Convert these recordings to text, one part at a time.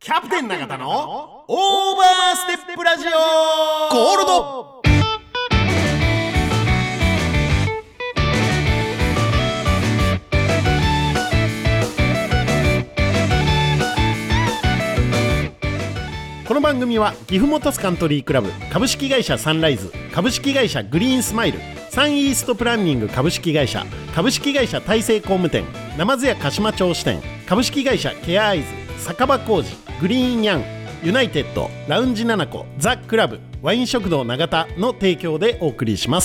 キャプテン永田のオーバーステップラジオゴールド。この番組は岐阜モトスカントリークラブ株式会社サンライズ株式会社グリーンスマイルサンイーストプランニング株式会社株式会社大成工務店生津屋鹿島町支店株式会社ケアアイズ酒場工事グリーンヤンユナイテッドラウンジ7個ザ・クラブワイン食堂永田の提供でお送りします。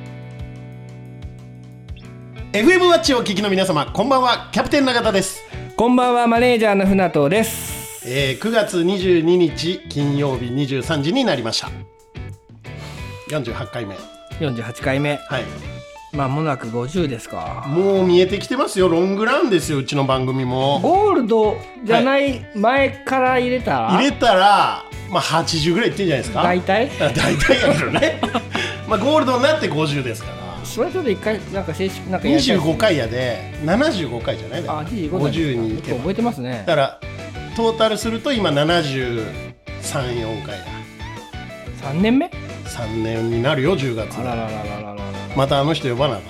FM ワッチをお聞きの皆様、こんばんは。キャプテン永田です。 こんばんは。マネージャーの船藤です。 9月22日金曜日23時になりました。48回目 48回目、 はい、 間もなく50ですか。 もう見えてきてますよ。ロングランですよ、うちの番組も。 ゴールドじゃない前から入れたら、 まあ80ぐらいいってんじゃないですか。 大体やけどねまあゴールドになって50ですから。 それちょっと一回なんか正式なんかやりたい 25回やで75回じゃない。 あ、25 50にいけば覚えてますね。 だからトータルすると今73、4回だ。 3年目 3年になるよ、10月。 あららららららら。 またあの人呼ばな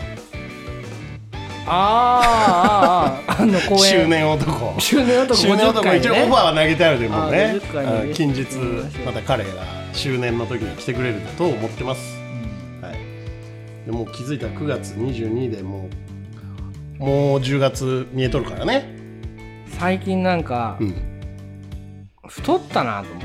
あの公演周年男周年男50回、ね、 一応オファーは投げてあるでもうね。近日また彼が周年の時に来てくれると思ってます、はい、でもう気づいたら9月22でもう10月見えとるからね。 最近なんか、太ったなと思って。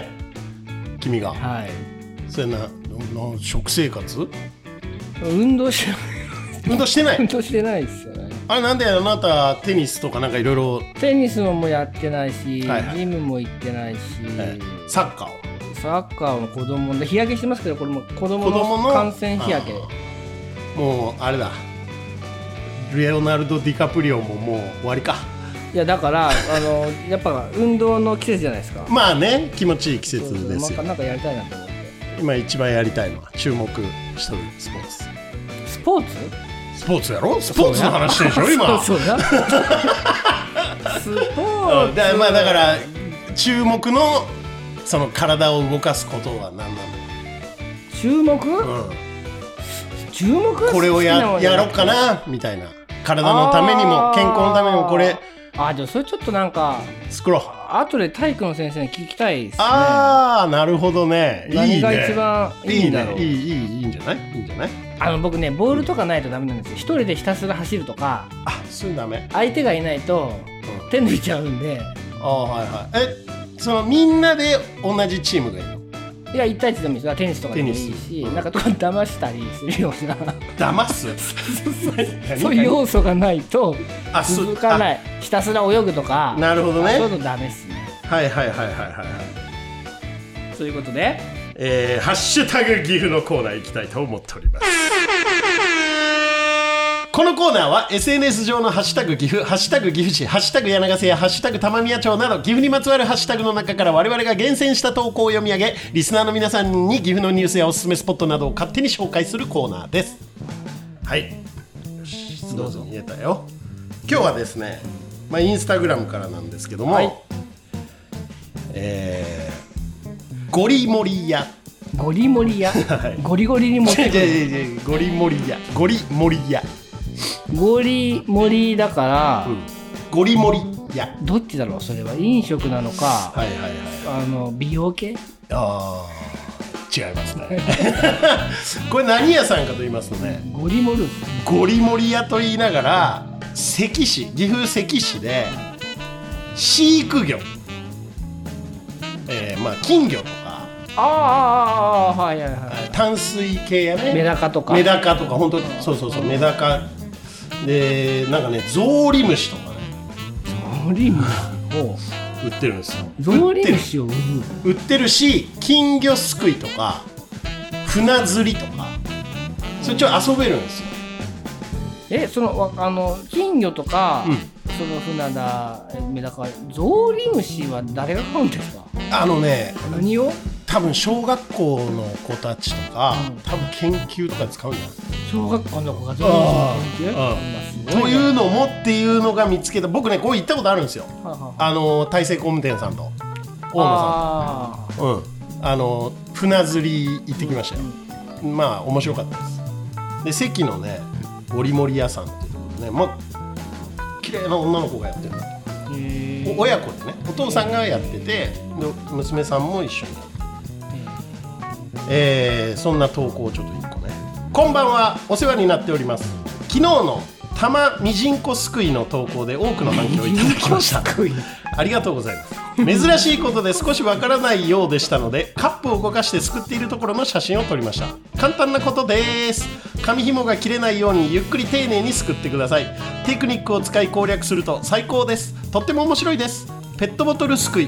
君が？ はい。 それな食生活？ 運動してない運動してないですよね。 あれなんであなたテニスとかなんかいろいろ。 テニスもやってないし、 はいはい、 ジムも行ってないし、 サッカーも子供で日焼けしてますけど、これも子供の感染日焼け。 もうあれだ、レオナルド・ディカプリオももう終わりか。 いやだからやっぱ運動の季節じゃないですか。 まあね、気持ちいい季節ですよ。 なんかやりたいなと思って。 今一番やりたいのは注目しとるスポーツ。 スポーツやろ。スポーツの話してるでしょ今。そうだスポーツまあだから注目のその体を動かすことは何なの？ 注目？注目？ これをやろうかなみたいな。体のためにも健康のためにもこれ。 でもそれちょっとなんか作ろう。 後で体育の先生に聞きたいですね。 なるほどね。いいね。 何が一番いいんだろう。 いいんじゃない？いいんじゃない？ 僕ね、ボールとかないとダメなんですよ。一人でひたすら走るとか。 そういうのダメ。 相手がいないと手抜いちゃうんで。 はいはい。そのみんなで同じチームがいるの？いや、1対1でもいいです。テニスとかでもいいし、なんかとか騙したりするような。 騙す？ そういう要素がないと続かない。ひたすら泳ぐとか。 なるほどね。 そういうのダメですね。 はい。 ということで、 ハッシュタグ岐阜のコーナー行きたいと思っております。このコーナーは SNS 上のハッシュタグ岐阜、ハッシュタグ岐阜市、ハッシュタグ柳瀬やハッシュタグ玉宮町など岐阜にまつわるハッシュタグの中から我々が厳選した投稿を読み上げ、リスナーの皆さんに岐阜のニュースやおすすめスポットなどを勝手に紹介するコーナーです。はい。よし、どうぞ。見えたよ。今日はですね、インスタグラムからなんですけども、はい、ゴリモリ屋。 ゴリモリ屋、ゴリゴリに持ってくる。 ゴリモリ屋。ゴリモリ屋。 ゴリモリだから、 ゴリモリ屋。 どっちだろう、それは飲食なのか、美容系？違いますねこれ何屋さんかと言いますとね、 ゴリモリ屋と言いながら岐阜関市で飼育魚、金魚とか淡水系やね、 メダカとか本当そうメダカで、なんかね、ゾウリムシとかね、 ゾウリムシを売ってるんですよ。 ゾウリムシを売ってるし、金魚すくいとか船釣りとか、それちょっと遊べるんですよ。 その金魚とか、その船だメダカ、ゾウリムシは誰が買うんですか？ 何を？多分小学校の子たちとか、多分研究とかで使うんじゃないですか。 小学校の子がゾウリムシの研究というのもっていうのが見つけた。僕ねこう行ったことあるんですよ。大成工務店さんと大野さんと、船釣り行ってきましたよ。まあ面白かったです。で関のねゴリモリ屋さんっていうのね、綺麗な女の子がやってるんだ。親子でね、お父さんがやってて娘さんも一緒にやって、そんな投稿をちょっと1個ね。こんばんは、お世話になっております。昨日の玉ミジンコすくいの投稿で多くの反響をいただきました。ありがとうございます。珍しいことで少しわからないようでしたので、カップを動かしてすくっているところの写真を撮りました。簡単なことです。紙紐が切れないようにゆっくり丁寧にすくってください。テクニックを使い攻略すると最高です。とっても面白いです。ペットボトルすくい、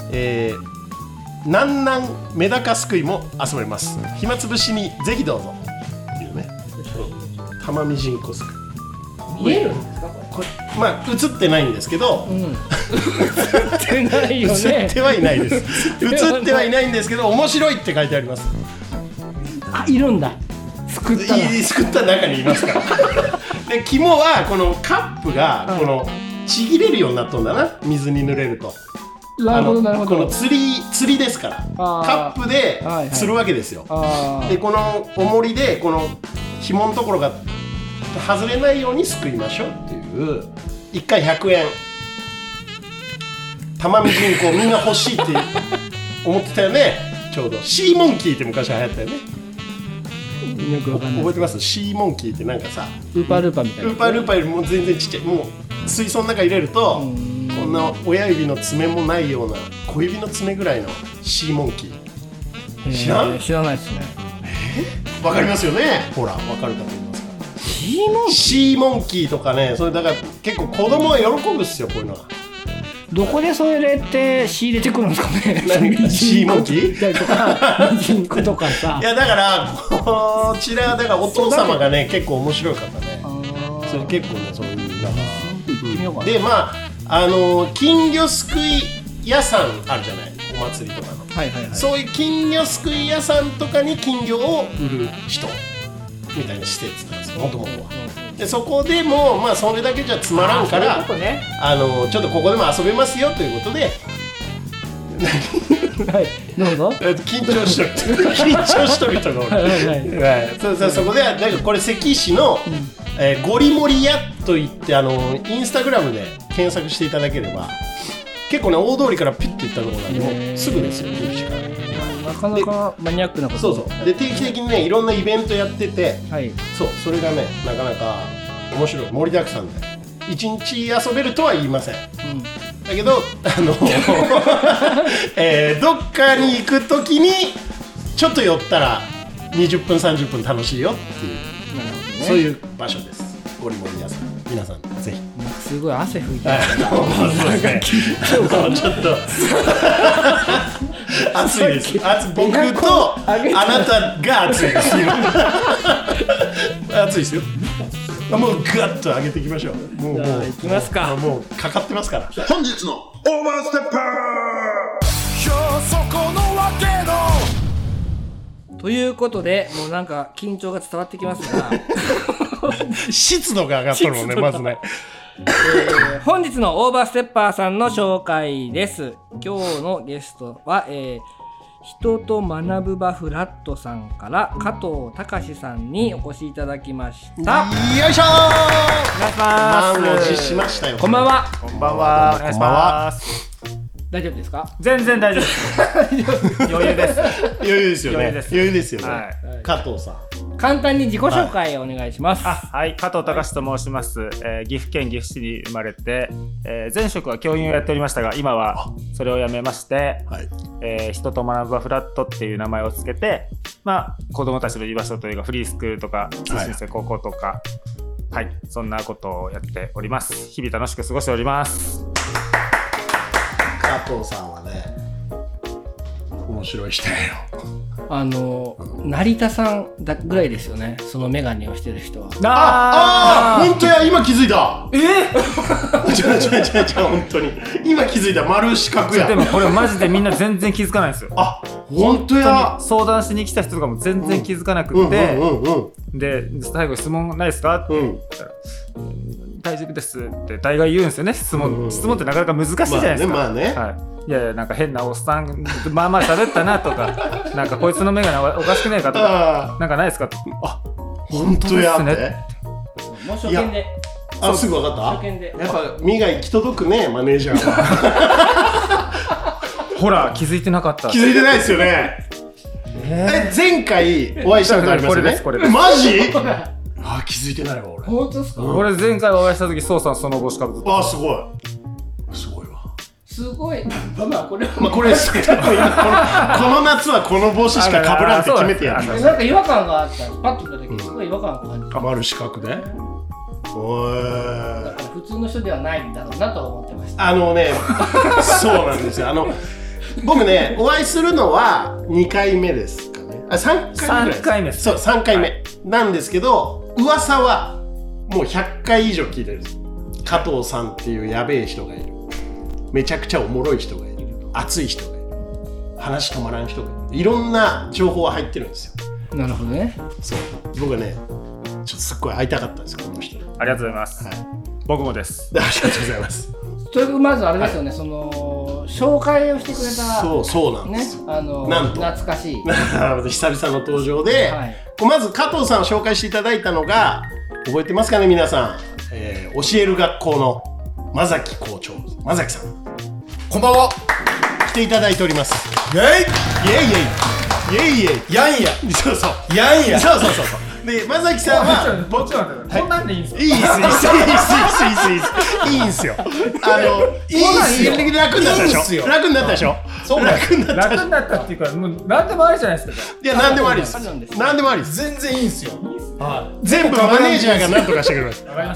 なんなんメダカすくいも遊べます。暇つぶしにぜひどうぞっていうね。玉ミジンコすくい見えるんですかこれ。 まあ映ってないんですけど、映ってないよね。 映ってはいないです。映ってはいないんですけど、面白いって書いてあります。 あ、いるんだ。すくった中にいますからで肝はこのカップがこのちぎれるようになっとんだな、水に濡れると。 なるほどなるほど。 この釣りですからカップで釣るわけですよ。でこの重りでこの紐のところが外れないようにすくいましょうっていう。1回100円。玉ミジンコみんな欲しいって思ってたよね。ちょうどシーモンキーって昔流行ったよね。 よくわかんない。 覚えてます？シーモンキーってなんかさ、 ウーパールーパーみたいな、 ウーパールーパーよりも全然ちっちゃい、もう水槽の中入れるとこんな親指の爪もないような小指の爪ぐらいのシーモンキー。知らないですね。 わかりますよね。ほらわかるかと思いますから。 シーモンキーとかね、それだから結構子供は喜ぶっすよ、こういうのは。 どこでそれって仕入れてくるんですかね。 シーモンキーとかミジンコとかさ。 いやだからこちらだからお父様がね結構面白い方で、それ結構ねそういうなんか、でまあ金魚すくい屋さんあるじゃない、お祭りとかの、そういう金魚すくい屋さんとかに金魚を売る人みたいな施設なんですよ、もともとは。でそこでもまあそれだけじゃつまらんから、ちょっとここでも遊べますよということではいどうぞ。 緊張しとる人がおる。そこでなんかこれ関市の、ゴリモリ屋といってインスタグラムで検索していただければ結構ね大通りからピッと行ったところなんでもうすぐですよ、岐阜市から。 なかなかマニアックなこと。 そうで定期的にねいろんなイベントやってて、それがねなかなか面白い、盛りだくさんで一日遊べるとは言いません、だけどどっかに行くときにちょっと寄ったら20分30分楽しいよっていう、そういう場所です。ゴリモリ屋さん、皆さんぜひ。 すごい汗拭いてちょっと暑いです。僕とあなたが暑いですよ。暑いですよ。もうガッと上げていきましょう。もう行きますか。 もうかかってますから。 本日のオーバーステッパー、今日そこのわけの。 ということでもうなんか緊張が伝わってきますが湿度が上がったのねまずね。 本日のオーバーステッパーさんの紹介です。今日のゲストは、人と学ぶ場フラットさんから加藤隆さんにお越しいただきました。 よいしょー。 皆さん満を持しましたよ。 こんばんは。 こんばんは。お願いします。 大丈夫ですか？ 全然大丈夫です。余裕です。 余裕ですよね。余裕ですよね。 はい、 加藤さん。 簡単に自己紹介をお願いします。 はい、加藤隆と申します。岐阜県岐阜市に生まれて、前職は教員をやっておりましたが、今はそれを辞めまして、人と学ぶ場フラットっていう名前をつけて、子どもたちの居場所というかフリースクールとか通信制高校とか、そんなことをやっております。日々楽しく過ごしております。 加藤さんはね、面白い人やよ。 成田さんだぐらいですよね、そのメガネをしてる人は。 本当や、今気づいた。違う本当に今気づいた。丸四角や。 でもこれマジでみんな全然気づかないんですよ。 本当や。 相談しに来た人とかも全然気づかなくて、 で最後質問ないですかって言ったら、大丈夫ですって大概言うんですよね。質問ってなかなか難しいじゃないですか。 まあね、 はい、いやなんか変なおっさんまあまあ喋ったなとかなんかこいつの目がおかしくねえかとかなんかないですかって、あ本当やって、 もう初見で、 すぐ分かった。 初見でやっぱ身が行き届くね、マネージャーは。 ほら気づいてなかった。 気づいてないですよね。前回お会いしたことありますよね。 これですマジ？気づいてないわ俺。 本当ですか？ 俺前回お会いした時、そうさんその帽子かぶってた。 すごいわ。 すごい。まあこれこれですこの夏はこの帽子しか被らんって決めてやる。 なんか違和感があった。パッと見た時すごい違和感が感じた。 丸四角で。だから普通の人ではないんだろうなと思ってました。 そうなんですよ。僕ね、お会いするのは2回目ですかね。3回目です。そう、3回目なんですけど、噂はもう100回以上聞いてるんです。加藤さんっていうやべえ人がいる。めちゃくちゃおもろい人がいる。熱い人がいる。話止まらん人がいる。いろんな情報が入ってるんですよ。 なるほどね。 そう。僕はね、ちょっとすっごい会いたかったんですよ、この人。 ありがとうございます。僕もです。 ありがとうございます。 というまずあれですよね、紹介をしてくれた、 そうなんですよ。 なんと懐かしい久々の登場で、まず加藤さんを紹介していただいたのが、覚えてますかね皆さん、教える学校の間崎校長、間崎さん、 こんばんは。 来ていただいております。 イェイイェイイェイイェイイェイやんやそうやんやそうで、間崎さんはどっちなんだろう、こんなんでいいんですか？ いいんすよ。楽になったでしょ。楽になったでしょ。 そう楽になったっていうか、もう何でもありじゃないですか。 いや、何でもありです。何でもありです。 全然いいんすよ。 全部マネージャーが何とかしてくれます。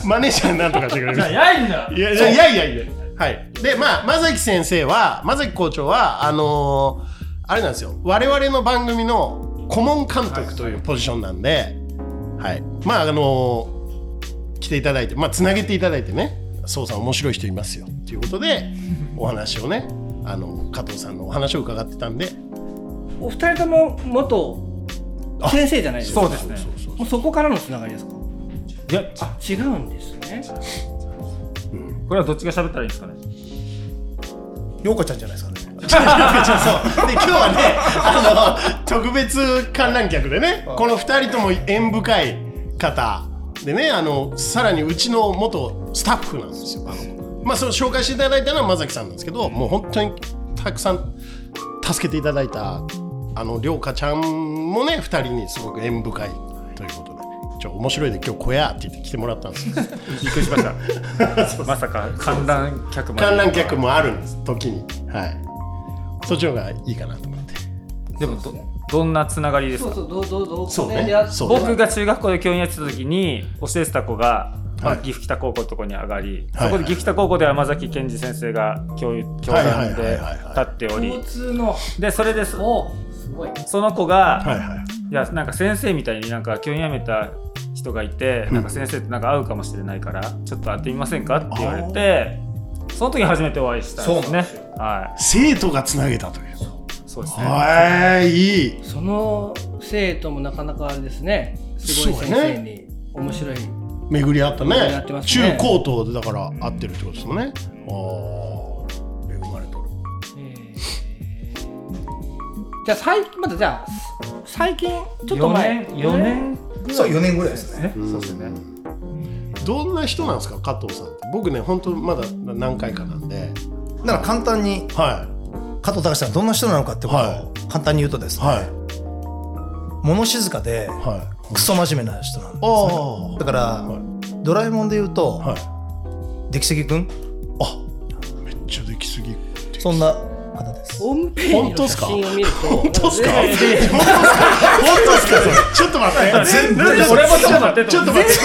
マネージャーが何とかしてくれます。 やいんだ。 いや。はい。で、間崎先生は、間崎校長はあれなんですよ。我々の番組の顧問監督というポジションなんで。はい、来ていただいて、つなげていただいてね、そうさん面白い人いますよということでお話をね、加藤さんのお話を伺ってたんで、 お二人とも元先生じゃないですか。 そうですね。 もうそこからのつながりですか？ いや、 違うんですね。 これはどっちが喋ったらいいんですかね。 陽子ちゃんじゃないですかね。 そうで今日はね特別観覧客でね、この2人とも縁深い方でね、さらにうちの元スタッフなんですよ。その紹介していただいたのは間崎さんなんですけど、もう本当にたくさん助けていただいた涼香ちゃんもね、2人にすごく縁深いということで、面白いで今日来やって言って来てもらったんですよ。 びっくりしましたまさか観覧客もあるんです時に、はい、そっちの方がいいかなと思って。 でもどんなつながりですか？ そうね。 僕が中学校で教員やってた時に教えてた子が、岐阜北高校のところに上がり、そこで岐阜北高校では山崎健二先生が教壇で立っており、でそれですごいその子が、いやなんか先生みたいになんか教員辞めた人がいて、なんか先生となんか会うかもしれないからちょっと会ってみませんかって言われて、その時に初めてお会いしたんですね。 生徒がつなげたという。 そうですね。 いい。 その生徒もなかなかあれですね。すごい先生に面白い巡り合ったね。中高等でだから合ってるってことですもんね。恵まれとる。 じゃあ最近ちょっと前 4年そう4年ぐらいですね。 そうですね。 どんな人なんですか加藤さんって。僕ね本当まだ何回かなんで。 だから簡単に、加藤隆さんどんな人なのかってことを簡単に言うとですね、物静かで、クソ真面目な人なんですね。だから、ドラえもんで言うと、出来すぎくん、 めっちゃ出来すぎ、 そんな方です。 ホームページの写真を見ると本当ですかちょっと待って全部俺もちょっと待って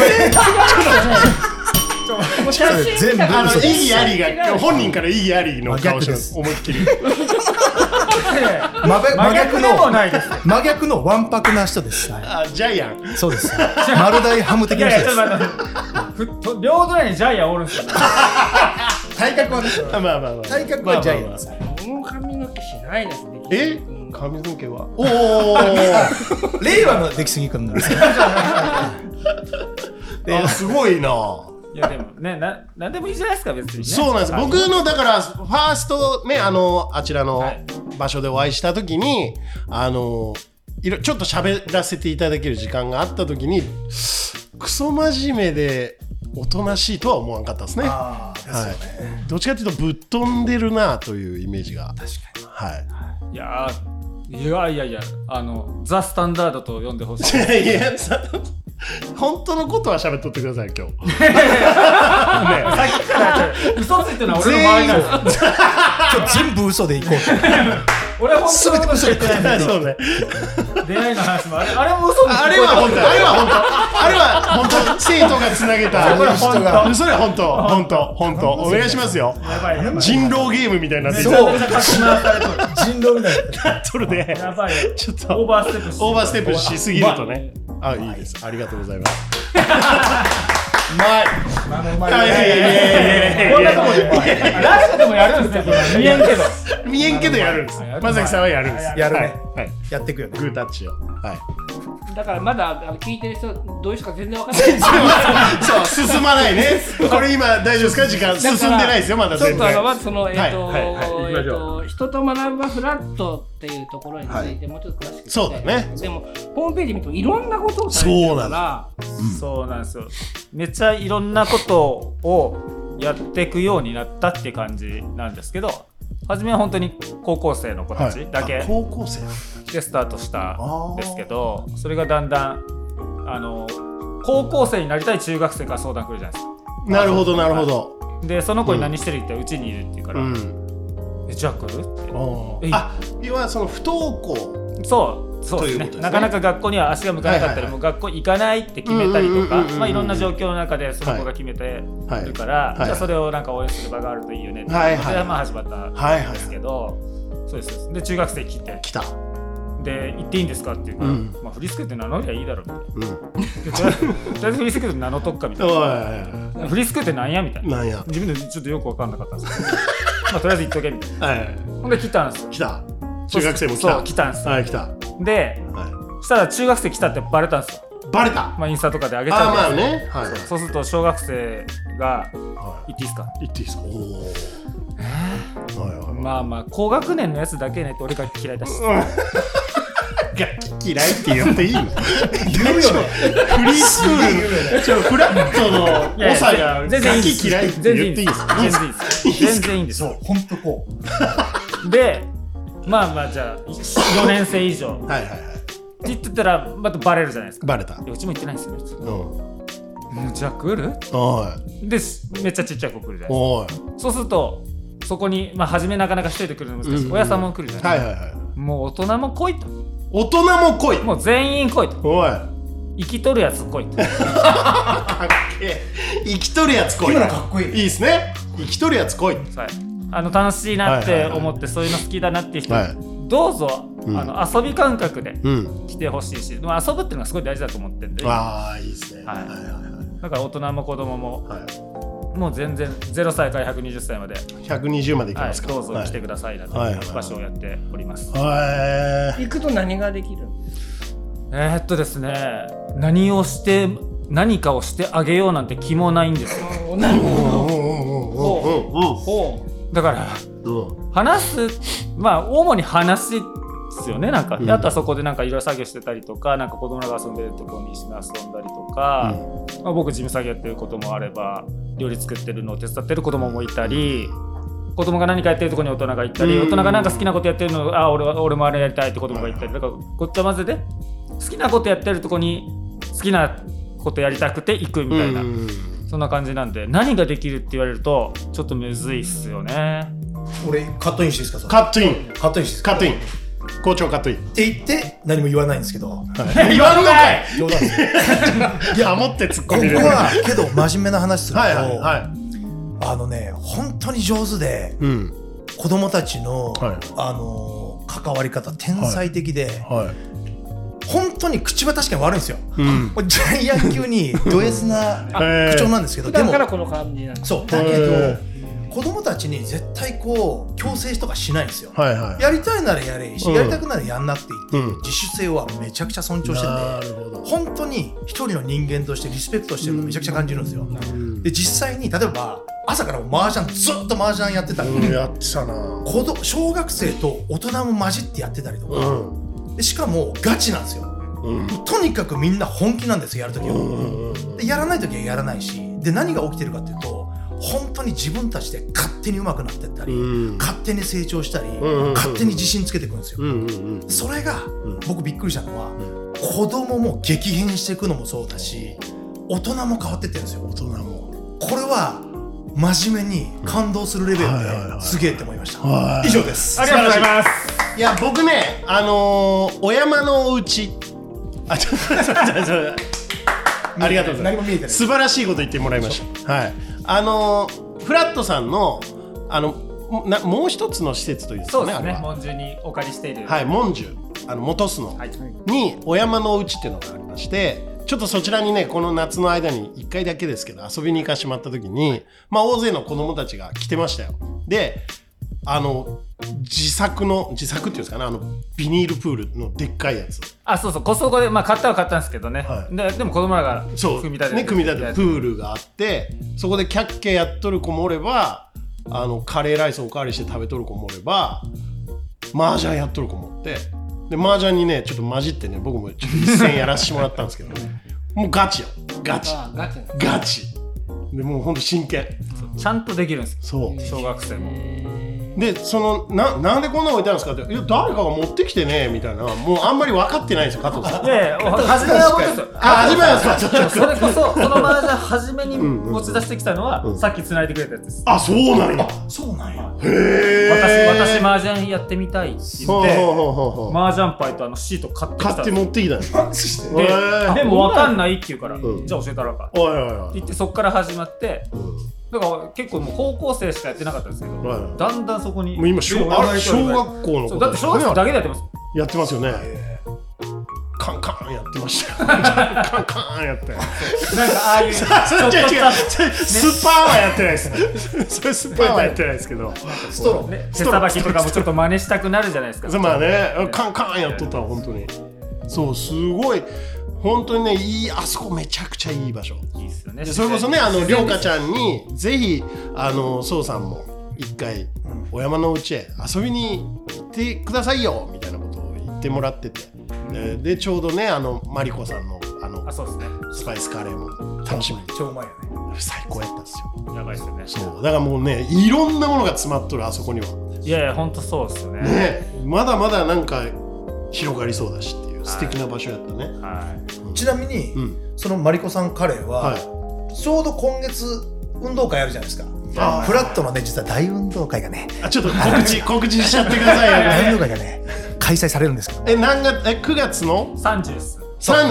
全部意義ありが本人から意義ありの顔して思いっきり真逆のわんぱくな人です。 ジャイアン。 そうです。丸大ハム的な人です。 両隣にジャイアンおるんですよ。 体格はね。 まあ体格はジャイアンです。 この髪の毛しないですね。 髪の毛はお令和の出来すぎくんなんですよすごいな。 いやでもね、なんでもいいじゃないですか別にね。 そうなんです、 はい、 僕のだからファーストねあちらの場所でお会いした時にちょっと喋らせていただける時間があった時にクソ真面目でおとなしいとは思わなかったですね。 ですよね、 どっちかというとぶっ飛んでるなというイメージが。確かに。 いやザ・スタンダードと呼んでほしい。 いや本当のことは喋っとってください今日。 さっきから嘘ついてるのは俺の周りなんですよ。 今日全部嘘でいこうと。 俺は本当のこと言ってないんだけど。 そうね。 出会いの話もあれも嘘あれは本当生徒がつなげた。それは本当お願いしますよ。人狼ゲームみたいになってる。 そう。人狼みたいなっとるで。ちょっとオーバーステップしすぎるとね。いいです。ありがとうございます。 うまい。 こんなとこでラジオでもやるんですね。 見えんけどやるんです。まさきさんはやるんです。 やるね。やっていくよね。 グータッチを。 だからまだ聞いてる人どういう人か全然わかんない。 そう進まないね。これ今大丈夫ですか？時間進んでないですよまだ全然。 ちょっとまずその人と学ぶはフラットっていうところについてもうちょっと詳しく。 そうだね。 でもホームページ見るといろんなことをされてるから。 そうなんですよ。めっちゃいろんなことをやっていくようになったって感じなんですけど、初めは本当に高校生の子たちだけ高校生でスタートしたんですけど、それがだんだん高校生になりたい中学生から相談来るじゃないですか。 なるほど。 でその子に何してるってうちにいるって言うから、じゃあ来るって。 要はその不登校。 そうですね。なかなか学校には足が向かなかったり、もう学校行かないって決めたりとか、いろんな状況の中でその子が決めてるから、じゃあそれをなんか応援する場があるといいよねっていうので始まったんですけど、そうです。で中学生来た。で行っていいんですかっていうから、まあフリースクールって名乗りゃいいだろうみたいな。とりあえずフリースクールって名乗っとくかみたいな。フリースクールってなんやみたいな。自分でちょっとよく分かんなかったんですけど、まあとりあえず行っとけみたいな。ほんで来たんですよ。中学生も来た。そう来たんですよ。来た。で、したら中学生来たってバレたんですよ。 バレた。 まあインスタとかで上げちゃうんですまあね。 そうすると小学生が行っていいですか？ 行っていいですか？ まあ高学年のやつだけねって俺が嫌いだし。 嫌いって言っていいの？言うよね。フリースクールフラットの長がガキ嫌いって言っていいですか？ 全然いいんですよ。 本当こう。で、まあじゃあ4年生以上。って言ってたらまたバレるじゃないですか。 バレた。 うちも行ってないんですよ。じゃあ来る？でめっちゃちっちゃい子来るじゃないですか。そうするとそこに初めなかなか一人で来るの難しい。親さんも来るじゃないですか。もう大人も来いと。 大人も来い。 もう全員来いと。生きとるやつ来いと。 かっけえ。生きとるやつ来い。 今のかっこいい。 いいですね。生きとるやつ来い。 楽しいなって思ってそういうの好きだなっていう人、どうぞ遊び感覚で来てほしいし、遊ぶっていうのがすごい大事だと思ってるんで。 いいですね。 だから大人も子供ももう全然0歳から120歳まで 120まで行きますか。 どうぞ来てくださいなという場所をやっております。 行くと何ができる？ ですね、何かをしてあげようなんて気もないんですよ。 なるほど。 だから話す、主に話ですよね。なんか、あとはそこでなんかいろいろ作業してたりとか、なんか子供らが遊んでるところに一緒に遊んだりとか、僕事務作業やってることもあれば料理作ってるのを手伝ってる子供もいたり、子供が何かやってるところに大人が行ったり、大人がなんか好きなことやってるのを俺もあれやりたいって子供が行ったり、だからごっちゃ混ぜで好きなことやってるところに好きなことやりたくて行くみたいな、そんな感じなんで、何ができるって言われるとちょっとむずいっすよね。 俺カットインしていいですか？ カットイン校長カットインって言って何も言わないんですけど、 言わんのかい。 冗談ですよ。 いや持って突っ込みる。 ここはけど真面目な話すると本当に上手で、子供たちの関わり方天才的で、本当に口は確かに悪いんですよ。ジャイアン級にド S な口調なんですけど、 普段からこの感じなんです。 そうだけど子供たちに絶対こう強制とかしないんですよ、 はいはい、 やりたいならやれいいし、やりたくならやんなくていいっていう自主性はめちゃくちゃ尊重してて、 なるほど、 本当に一人の人間としてリスペクトしてるのめちゃくちゃ感じるんですよ、で実際に例えば朝から麻雀ずっと麻雀やってたり、 やってたな、 小学生と大人も混じってやってたりとか、でしかもガチなんですよ、とにかくみんな本気なんですよ、やるときは、でやらないときはやらないし、で何が起きてるかっていうと本当に自分たちで勝手に上手くなっていったり、勝手に成長したり、勝手に自信つけていくんですよ、それが僕びっくりしたのは、子供も激変していくのもそうだし、大人も変わっていってるんですよ。大人もこれは真面目に感動するレベルですげえって思いました、以上です。 ありがとうございます。 いや僕ねお山のお家ありがとうございます。 何も見えてない。 素晴らしいこと言ってもらいました。はい。フラットさんのもう一つの施設というですかね。 そうですね。文殊にお借りしている。 はい。文殊本栖の、にお山のお家っていうのがありまして、ちょっとそちらにねこの夏の間に1回だけですけど遊びに行かしてもらった時に、大勢の子供たちが来てましたよ。で自作っていうんですかね、ビニールプールのでっかいやつ。 そうそう、コストコで買ったは買ったんですけどね、はい、でも子供らが組み立てて組み立ててプールがあって、そこでキャッキャやっとる子もおれば、カレーライスおかわりして食べとる子もおれば、麻雀やっとる子もおって、で麻雀にねちょっと混じってね、僕もちょっと一戦やらせてもらったんですけどねもうガチよ、ガチでもうほんと真剣、 ちゃんとできるんですよ。 そう小学生もでなんでこんなの置いてあるんですかって、いや誰かが持ってきてねみたいな、もうあんまり分かってないんですよ加藤さん。 いやいや初めは僕ですよ。 初めはそうそれこそこの麻雀初めに持ち出してきたのは、さっき繋いでくれたやつです。 あ、そうなんや。 そうなんや。 へー。私麻雀やってみたいって言って麻雀パイとシート買って持ってきたんよ。でも分かんないって言うから、じゃあ教えたらかって言って、そっから始まって、だから結構もう高校生しかやってなかったんですけど、だんだんそこにもう今小学校の子だって小学校だけでやってます。 やってますよね。カンカンやってましたよ。カンカンやってなんかああいうスパーはやってないです。それスパーはやってないですけど、 ストロー手さばきとかもちょっと真似したくなるじゃないですか。 まあね、カンカンやっとったら本当にそうすごい本当にね、あそこめちゃくちゃいい場所。 いいっすよね。 それこそね、りょうかちゃんにぜひそうさんも一回お山の家へ遊びに行ってくださいよみたいなことを言ってもらってて、でちょうどねマリコさんのそうですね、 スパイスカレーも楽しみに、 超うまいよね。 最高やったんですよ。 やばいっすよね。 そうだからもうね、いろんなものが詰まっとるあそこには。 いやいや本当そうですよね。 ね、まだまだなんか広がりそうだしっていう素敵な場所やったね。 ちなみに、そのマリコさんカレーは、ちょうど今月運動会あるじゃないですか。フラットのね、実は大運動会がね、 ちょっと告知しちゃってくださいよ。 大運動会がね開催されるんですけど、 9月の 30です。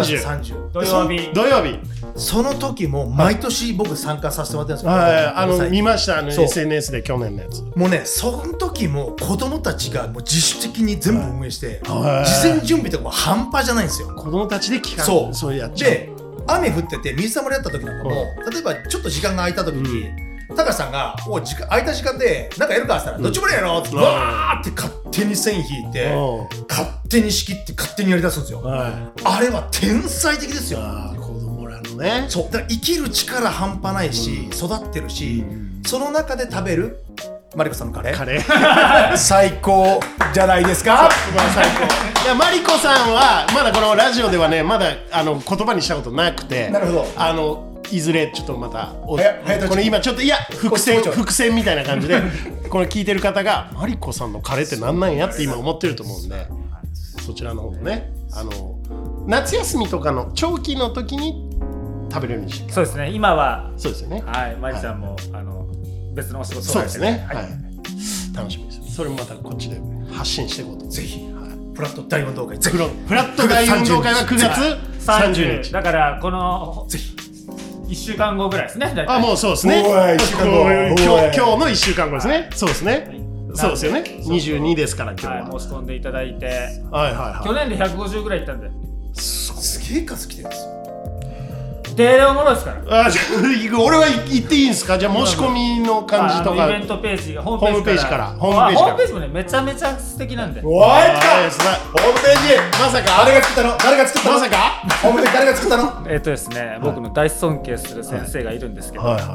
30 土曜日。 その時も毎年僕参加させてもらってるんですけど、 見ましたSNS で去年のやつ。 もうね、その時も子供たちがもう自主的に全部運営して、事前準備とかも半端じゃないんですよ。 子供たちで企画、そうやっちゃう。で雨降ってて水たまりあった時なんかも、例えばちょっと時間が空いた時に、高橋さんが空いた時間で何かやるかって言ったら、どっちもやろうってわーって勝手に線引いて、勝手に仕切って勝手にやりだすんですよ。あれは天才的ですよ。 子供らのね、 そうだから生きる力半端ないし、育ってるし、その中で食べるマリコさんのカレー最高じゃないですか。 最高。いやマリコさんはまだこのラジオではね、まだ言葉にしたことなくて、 なるほど。 いずれちょっとまたこれ今ちょっと伏線みたいな感じでこれ聞いてる方がマリコさんのカレーってなんなんやって今思ってると思うんで、そちらの方もね、夏休みとかの長期の時に食べれるようにして。 そうですね、今はそうですよね。 はい、マリさんも別のお仕事そうですね。はい、楽しみです。それもまたこっちで発信していこうと。 ぜひフラット大運動会、 フラット大運動会は9月30日だから、このぜひ1週間後ぐらいですね。 もうそうですね。今日の1週間後ですね。そうですね。そうですよね。22ですから今日は。 申し込んでいただいて、 去年で150ぐらい行ったんで。 すげえ数来てるんですよ。 定例おもろいですから。 俺は言っていいんですか？じゃあ申し込みの感じとか。 イベントページ、ホームページから。 ホームページもね、めちゃめちゃ素敵なんで。 おい、来た。ホームページ。まさか誰が作ったの？誰が作ったの？まさかホームページ誰が作ったの？ ですね、僕の大尊敬する先生がいるんですけど、はい、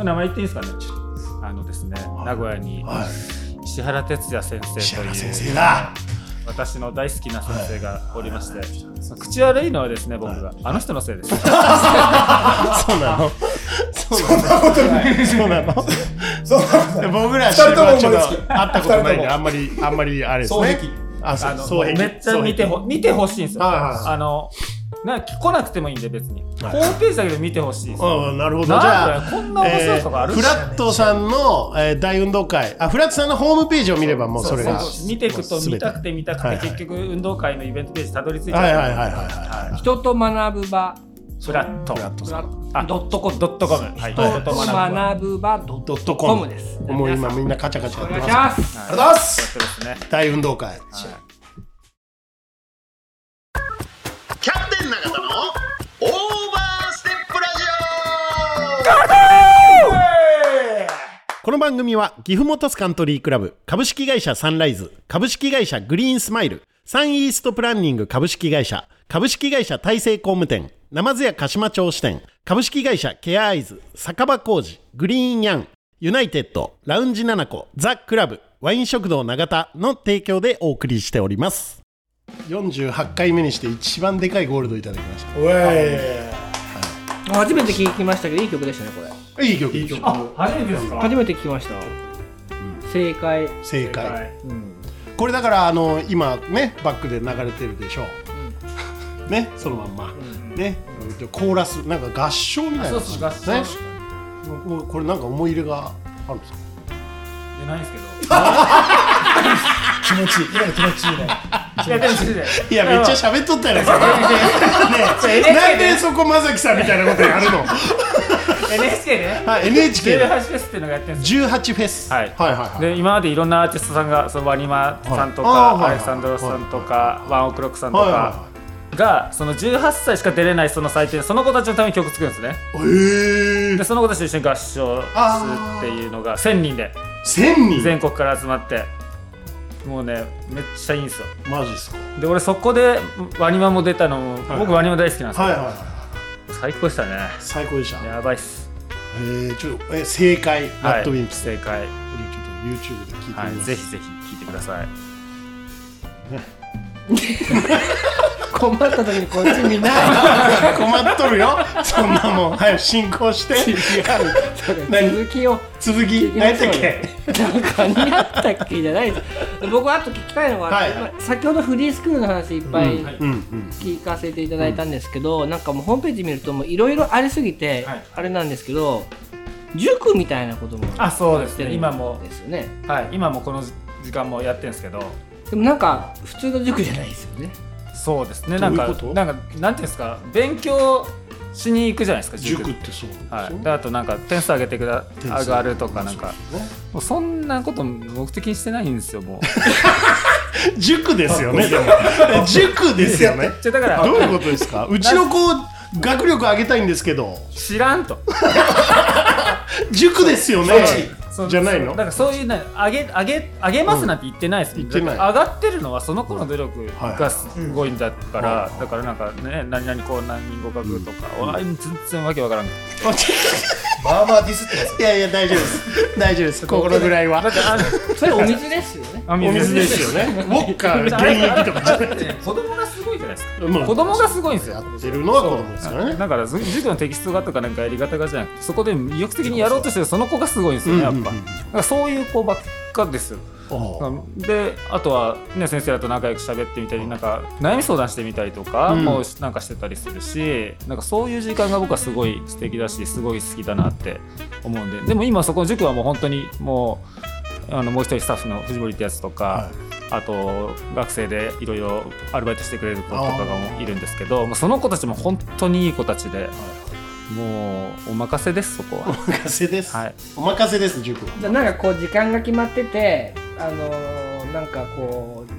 名前言っていいですかね？ですね、名古屋に石原哲也先生という私の大好きな先生がおりまして、口悪いのはですね、僕があの人のせいです。 そうなの？そんなことない。そうなの？僕らはちょっと会ったことないんであんまりあれですね。 めっちゃ見てほしいんですよ。来なくてもいいんで別に、ホームページだけで見てほしいです。 なるほど。じゃあこんな面白いとこある？ フラットさんの大運動会、フラットさんのホームページを見ればもうそれが見ていくと見たくて結局運動会のイベントページたどり着いちゃう。 人と学ぶ場フラットドットコム、人と学ぶ場ドットコムです。 もう今みんなカチャカチャやってます。 ありがとうございます。大運動会。キャプテン永田のオーバーステップラジオ。この番組は岐阜モトスカントリークラブ、株式会社サンライズ、株式会社グリーンスマイル、サンイーストプランニング株式会社、株式会社大成工務店、ナマズ屋鹿島町支店、株式会社ケアアイズ、酒場工事、グリーンヤン、ユナイテッド、ラウンジ7個、ザ・クラブ、ワイン食堂永田の提供でお送りしております。48回目にして一番でかいゴールドいただきました。 初めて聴きましたけどいい曲でしたね。これいい曲。 初めてですか？ 初めて聴きました。正解。 これだから今ねバックで流れてるでしょう、ね、そのまんま、ね、コーラスなんか合唱みたいな、 そう合唱、ね、 これなんか思い入れがあるんですか？ ないですけど気持ちいい、今の気持ちいいね。 いやめっちゃ喋っとったやね。なんでそこまさきさんみたいなことやるの ？NHK ね。 はい、NHK 18フェスっていうのがやってるんですよ。 18フェス。はいはいはい。 で今までいろんなアーティストさんが、そのワニマさんとか、アレクサンドロスさんとか、ワンオクロックさんとかがその18歳しか出れないその祭典、その子たちのために曲作るんですね。でその子たちと一緒に合唱するっていうのが1000人で全国から集まって。もうね、めっちゃいいんですよ。 マジっすか？ で、俺そこでワニマも出たのも、僕ワニマ大好きなんですけど、最高でしたね。 最高でした。 やばいっす。 正解、ラッドウィンプス。 正解。 ちょっと YouTube で聞いてみます。 ぜひぜひ聞いてください。 困った時にこっち見ない。 困っとるよ。そんなもん早く進行して。続き何やったっけ？ 何やったっけじゃないです。僕はあと聞きたいのは、先ほどフリースクールの話いっぱい聞かせていただいたんですけど、なんかもうホームページ見るともういろいろありすぎてあれなんですけど、塾みたいなこともそうですね。 今もですよね。 はい、今もこの時間もやってるんですけど、 でもなんか普通の塾じゃないですよね。 そうですね。なんかなんていうんですか、勉強しに行くじゃないですか、 塾って。そうはい。であとなんか点数上げて上がるとかなんか、もうそんなこと目的にしてないんですよ、もう。 塾ですよね。でも塾ですよね。 だからどういうことですか？うちの子学力上げたいんですけど。 知らんと。 塾ですよね。じゃないの？ だからそういう上げますなんて言ってないです。上がってるのはその子の努力がすごいんだから、だからなんかね、何々こう何人合格とか、全然わけわからん。 まあまあディスってます。 いやいや大丈夫です。大丈夫です。このぐらいは。 それお水ですよね。 お水ですよね。ウォッカ原液とかじゃなくて。 子供がすごいじゃないですか。子供がすごいんですよ。 やってるのは子供ですよね。 だから授業のテキストがとかなんかやり方がじゃなくて、そこで意欲的にやろうとしてるその子がすごいんですよね、やっぱ。だからそういう子ばっかですよ。であとはね、先生らと仲良く喋ってみたり、なんか悩み相談してみたりとかもなんかしてたりするし、なんかそういう時間が僕はすごい素敵だし、すごい好きだなって思うんで。でも今そこの塾はもう本当にもうもう一人スタッフの藤森ってやつとか、あと学生でいろいろアルバイトしてくれる子とかがいるんですけど、その子たちも本当にいい子たちで、もうお任せです。そこはお任せです、 はい、 お任せです。塾はなんかこう時間が決まってて、なんかこう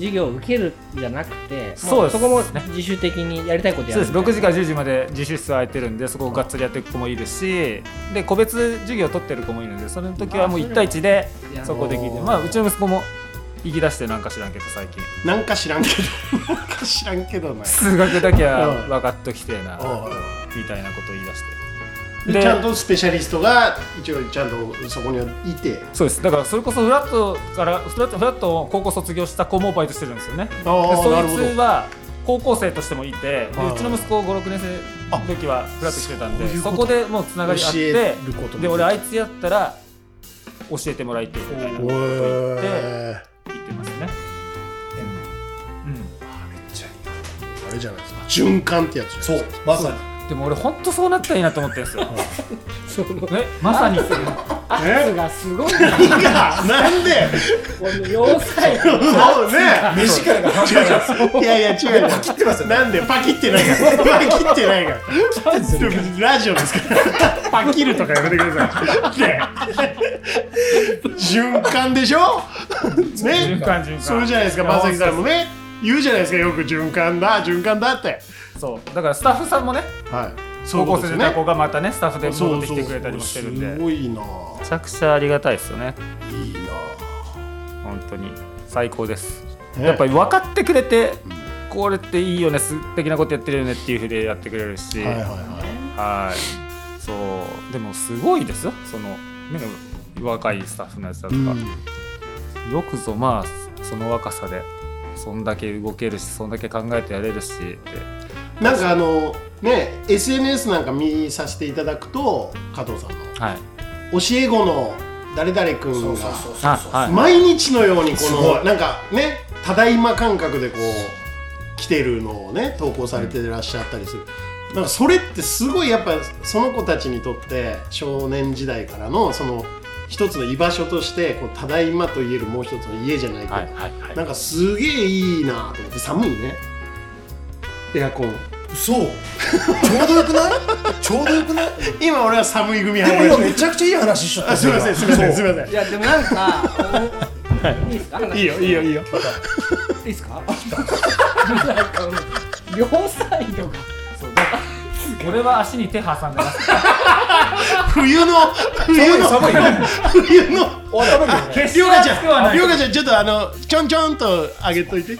授業を受けるじゃなくて、 そうです、 そこも自主的にやりたいことやる。 そうです。6時から10時まで自習室空いてるんで、そこをがっつりやっていく子もいるし、で個別授業を取ってる子もいるんで、その時はもう1対1でそこできて、まあうちの息子も行き出してなんか知らんけど最近なんか知らんけどな数学だけは分かっときてえなみたいなことを言い出して、 でちゃんとスペシャリストが一応ちゃんとそこにはいて、 そうです。だからそれこそフラットを高校卒業した子もバイトしてるんですよね。でそいつは高校生としてもいて、でうちの息子5、6年生の時はフラットしてたんで、そこでもうつながりあって、で俺あいつやったら教えてもらいたいみたいなことを言ってますね。 めっちゃいい。あれじゃないですか、循環ってやつじゃないですか。 まさに。 でも俺ほんとそうなったらいいなと思ってるんですよ。まさに圧がすごいなんでこの要塞そうね、 目力が半端ないですよ。 いや違う、パキってますよ。なんでパキってないからラジオですからパキるとかやめてくださいね。循環でしょね。 循環それじゃないですか。正木さんもね言うじゃないですか、よく循環だって。 そうだからスタッフさんもね、高校生の子がまたねスタッフで戻ってきてくれたりもしてるんで、 すごいな。 めちゃくちゃありがたいですよね。 いいな、 本当に最高です。やっぱり分かってくれて、これっていいよね、素敵なことやってるよねっていうふうでやってくれるし、そうでもすごいですよ、その、ね、若いスタッフのやつだとか、よくぞまあその若さでそんだけ動けるし、そんだけ考えてやれるしって。 なんかね、SNS なんか見させていただくと、加藤さんの、教え子の誰々君が毎日のようにこのなんかね、ただいま感覚でこう来てるのをね投稿されてらっしゃったりする。なんかそれってすごいやっぱその子たちにとって少年時代からのその一つの居場所としてこうただいまと言えるもう一つの家じゃないけど、なんかすげえいいなと思って。寒いね、エアコン。 そうちょうどよくない？ちょうどよくない？ 今俺は寒い組でも今めちゃくちゃいい話しちゃった。 すみません。 いやでもなんかいいですか？ いいよ。いいですか？なんか両サイドが俺は足に手挟んでます。 冬のりょうかちゃんちょっとちょんちょんと上げといて。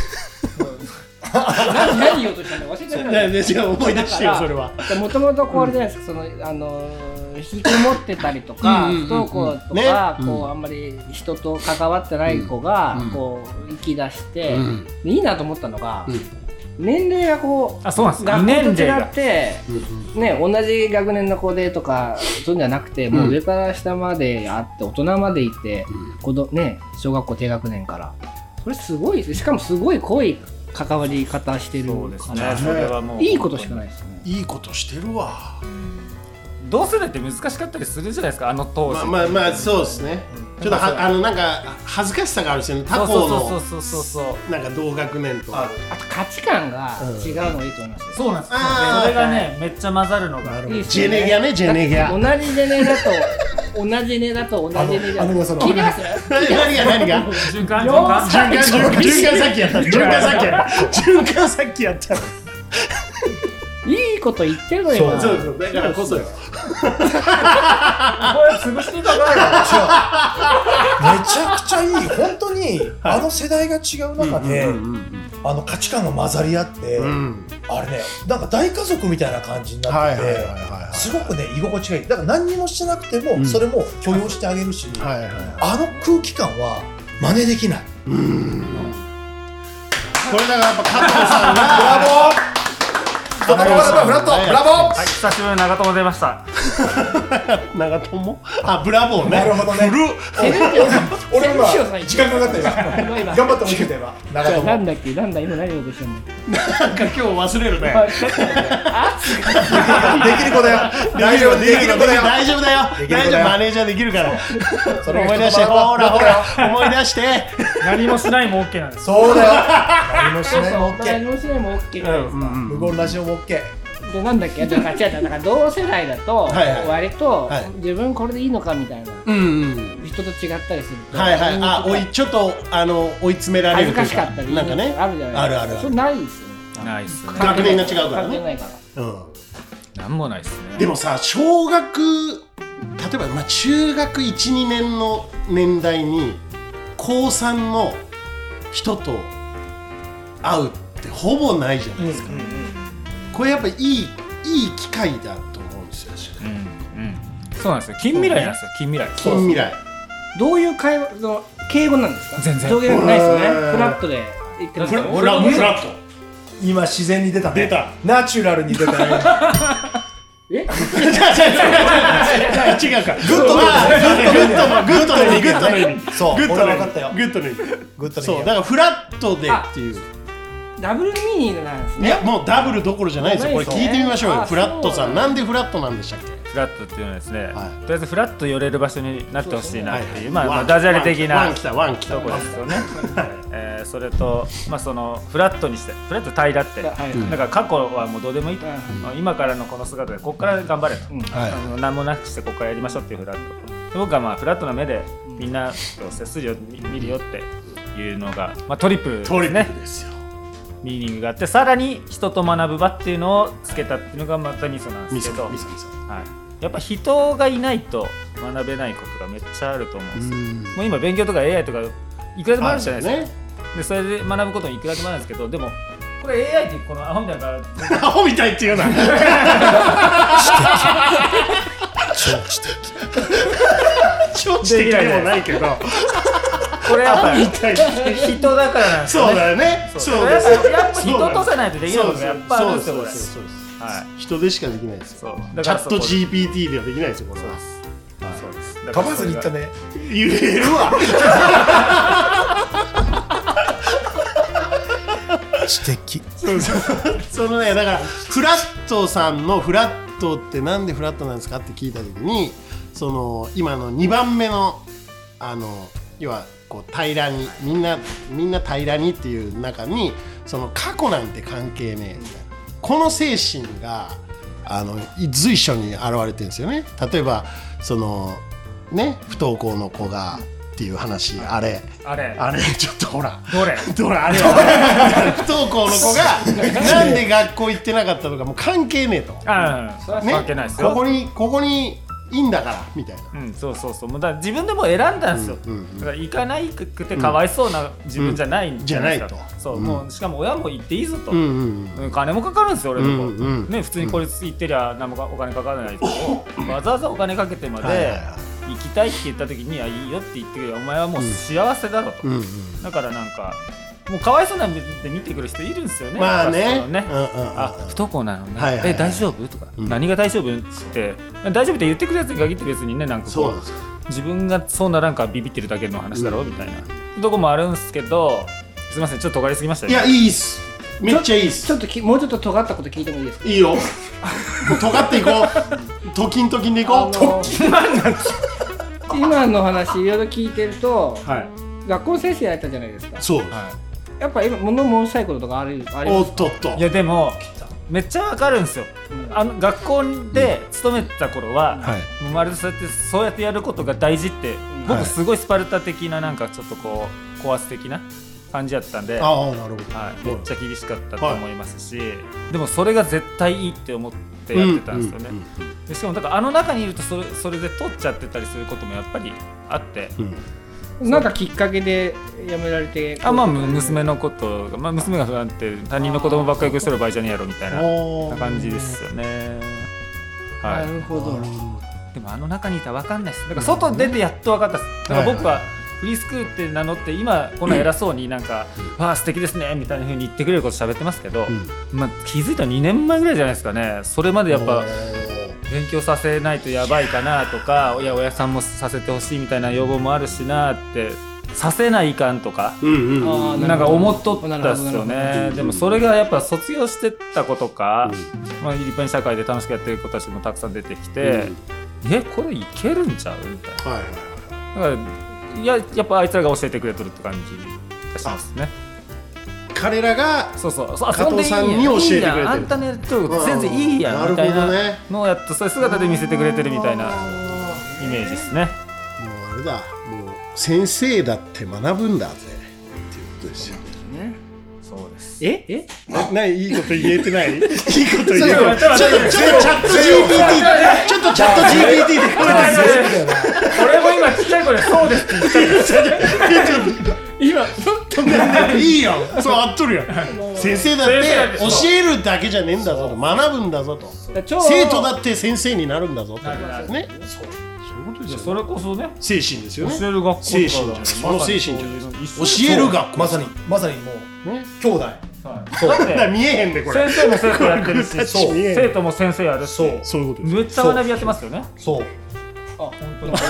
何言おうとしたの忘れちゃった。 思い出してよそれは。 もともとこれじゃないですか、その引きこもってたりとか不登校とか、こうあんまり人と関わってない子がこう行き出して、いいなと思ったのが、年齢がこう学校と違ってね、同じ学年の子でとかそういうんじゃなくて、もう上から下まであって大人までいて、小学校低学年から、それすごい。しかもすごい濃い関わり方してるから、 それはもういいことしかないですね。 いいことしてるわ。 同世代って難しかったりするじゃないですか、あの当時。 まあそうですね。ちょっとなんか恥ずかしさがあるんですよね、他校のなんか同学年と。あと価値観が違うのがいいと思いますよ。 そうなんです。それがねめっちゃ混ざるのがいいですよね。ジェネギャね、ジェネギャ。 同じジェネだと同じジェネだと同じジェネだと聞いてます？ 何が循環さっきやったいいこと言ってるのよ。 そうだからこそよ。 これ潰していかないめちゃくちゃいい。本当にあの世代が違う中で価値観が混ざり合って、あれね、なんか大家族みたいな感じになってて、すごくね居心地がいい。だから何にもしてなくてもそれも許容してあげるし、あの空気感は真似できない。これだからやっぱ加藤さんがブラボー。フラボー。 はい、久しぶりに長友出ました。 長友？ブラボーね。 なるほどね。俺も時間かかったよ。頑張って追いつけたよ今。長友。 なんだっけ、なんだ今何をしてんの？ なんか今日忘れるね。 できる子だよ。大丈夫だよ。 マネージャーできるから。思い出して、ほら思い出して。 何もしないも OK なんです。 そうだよ。何もしないも OK。 何もしないも OK じゃないですか。 無言ラジオも OK。 でなんだっけ、だから同世代だと割と自分これでいいのかみたいな人と違ったりすると、 はいはい、ちょっと追い詰められるという恥ずかしかったりなんかねあるじゃないですか。 あるそれないですよね。 ないっすね。 学年が違うからね関係ないから。 なんもないっすね。 でもさ、小学例えば、中学 1,2 年の年代に高3の人と会うってほぼないじゃないですか、これやっぱいい機会だと思うんですよ。 そうなんですよ。近未来なんですよ。近未来。 近未来。 どういう会話の敬語なんですか？ 全然上下ないですよね。フラットで言ってますよ。 フラット。 今自然に出たね。 出た。 ナチュラルに出たね。 え？ 違うか。グッドの意味。 そう。 グッドの意味。 俺分かったよ。 グッドの意味。 グッドそう。だからフラットでっていう。 ダブルミーニングなんですね。 いや、もうダブルどころじゃないですよ。これ聞いてみましょうよ。 あフラットさん、 そうなんでフラットなんでしたっけ？ フラットっていうのはですね、 はいとりあえずフラッと寄れる場所になってほしいなっていう、 ワンダジャレ的なワン来たとこですよね。それと、そのフラットにして、フラット平らって、だから過去はもうどうでもいいと、今からのこの姿でここから頑張れと、何もなくしてここからやりましょうっていうフラット。僕はフラットな目でみんなと接するよ、見るよっていうのが、トリプルですね。 ですよ。 ミーニングがあって、さらに人と学ぶ場っていうのをつけたっていうのがまたミソなんですけど、やっぱ人がいないと学べないことがめっちゃあると思うんですよ。もう今勉強とか AI とかいくらでもあるじゃないですか。でそれで学ぶこともいくらでもあるんですけど、でもこれ AI ってこのアホみたいなアホみたいっていうな。超知的でもないけど、 これやっぱり人だからなんですよね。 そうだよね。 そうです。やっぱ人とせないとできないことがやっぱあるんですよ、これ。 人でしかできないです。チそう。 ャット GPT ではできないですよ、これは。 そうです。 噛まずに言ったね。 言えるわ。 知的。 そのね、だからフラットさんのフラットってなんでフラットなんですかって聞いた時に、その今の2番目の要はこう平らにみんな平らにっていう中に、その過去なんて関係ねえみたいな、この精神が随所に現れてるんですよね。例えばそのね、不登校の子がっていう話、あれちょっとほらどれあれは不登校の子がなんで学校行ってなかったとかもう関係ねえと、 関係ないですよ。 ここにいいんだからみたいな。 そうもうだから自分でも選んだんですよ。だから行かないくてかわいそうな自分じゃないんじゃないですか。そう、もうしかも親も行っていいぞと。金もかかるんですよ、俺の子。ね、普通にこれ行ってりゃ何もお金かからないけど、わざわざお金かけてまで行きたいって言った時に、いいよって言ってくれ、お前はもう幸せだろと。だからなんかもうかわいそうな目で見てくる人いるんですよね。 まあね。 不登校なのね。大丈夫とか、何が大丈夫って大丈夫って言ってくるやつに限って別にね、なんかこう自分がそうならんかビビってるだけの話だろみたいなとこもあるんですけど、すみません、ちょっと尖りすぎましたね。 いや、いいっす。めっちゃいいっす。 ちょっともうちょっと尖ったこと聞いてもいいですか？ いいよ。もう尖っていこう。トキンでいこう。 今の話いろいろ聞いてると、学校の先生やったじゃないですか。 そう。 やっぱ今物申したいこととかありますか？ おっとっと。 いやでもめっちゃわかるんですよ。学校で勤めた頃は、もうまるでそうやってやることが大事って、僕すごいスパルタ的な、なんかちょっとこう高圧的な感じやったんで、 なるほど。 めっちゃ厳しかったと思いますし、でもそれが絶対いいって思ってやってたんですよね。でしかもだから中にいるとそれで取っちゃってたりすることもやっぱりあって。 なんかきっかけで辞められて、 娘のことが、娘が不安って他人の子供ばっかりしてる場合じゃねえやろみたいな感じですよね。 なるほど。 でも中にいたら分かんないです。だから外出てやっと分かったです。だから僕はフリースクールって名乗って今こんな偉そうになんかわあ素敵ですねみたいな風に言ってくれること喋ってますけど、気づいたら2年前ぐらいじゃないですかね。それまでやっぱ勉強させないとやばいかなとか、親さんもさせてほしいみたいな要望もあるしなって、させないかんとかなんか思っとったっすよね。でもそれがやっぱ卒業してった子とか、立派に社会で楽しくやってる子たちもたくさん出てきて、これいけるんちゃうみたいな。だからやっぱあいつらが教えてくれとるって感じがしますね。 彼らが加藤さんに教えてくれてる。 あんたのやってること全然いいやんみたいなのをやっとそういう姿で見せてくれてるみたいなイメージですね。 もうあれれだ、もう先生だって学ぶんだぜっていうことですよね。 そうです。 いいこと言えてない。いいこと言えてない。ちょっとチャット GPT でこれ俺も今ちっちゃい子でそうですって言っちゃった。 今いいよ、そう合っとるやん。先生だって教えるだけじゃねえんだぞと、学ぶんだぞと、生徒だって先生になるんだぞってことですね。そういうことですよ。 それこそね、 精神ですよね。 教える学校精神じゃない、その精神じゃない、教える学校、 まさにもう兄弟。 だって見えへんでこれ。 先生も生徒やってるし、生徒も先生やるし、 そういうことです。 めっちゃ学びやってますよね。 そう。 本当に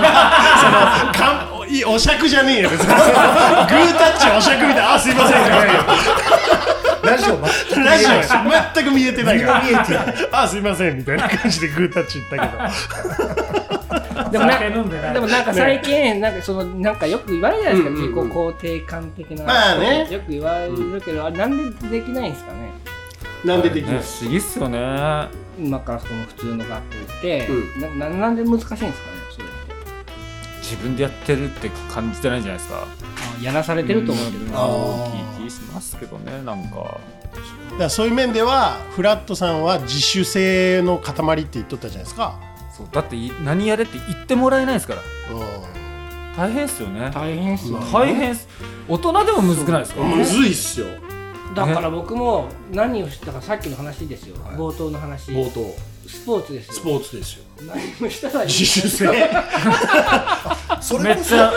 お酌じゃねえよ。グータッチお酌みたいな。あ、すいません。 ラジオ全く見えてないから。あ、すいませんみたいな感じでグータッチ言ったけど。 でもなんか最近なんかよく言われるじゃないですか、自己肯定感的な。 まあね。 よく言われるけど、あれなんでできないんですかね。 なんでできない。 不思議っすよね。 今からその普通の学校行って、なんで難しいんですかね、それ。 自分でやってるって感じてないんじゃないですか。 やらされてると思うけどな。 気しますけどね、なんか。 だからそういう面ではフラットさんは自主性の塊って言っとったじゃないですか。 そうだって何やれって言ってもらえないですから。大変っすよね。 大変っすよ。 大変っす。大人でもむずくないですか。 むずいっすよ。 だから僕も何をしたか、さっきの話ですよ、冒頭の話。 冒頭スポーツですよ。 スポーツですよ。 何をしたらいい。 自主性。 それめっちゃ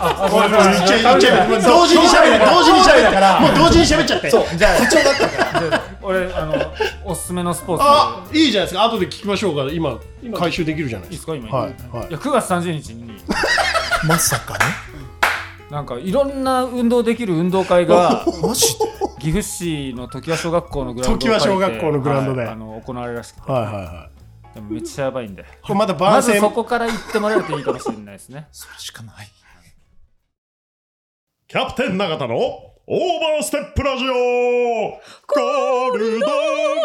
同時に喋るからもう同時に喋っちゃって。そうじゃあ不調だったから俺おすすめのスポーツ。 あ、いいじゃないですか。後で聞きましょうか。今回収できるじゃないですか。 いいですか今。いや9月30日にまさかね、 なんかいろんな運動できる運動会がマジで岐阜市の常盤小学校のグラウンドで行われるらしくて、でもめっちゃやばいんで、 これまだまずそこから行ってもらえるといいかもしれないですね。 それしかない。 キャプテン永田のオーバーステップラジオゴールド。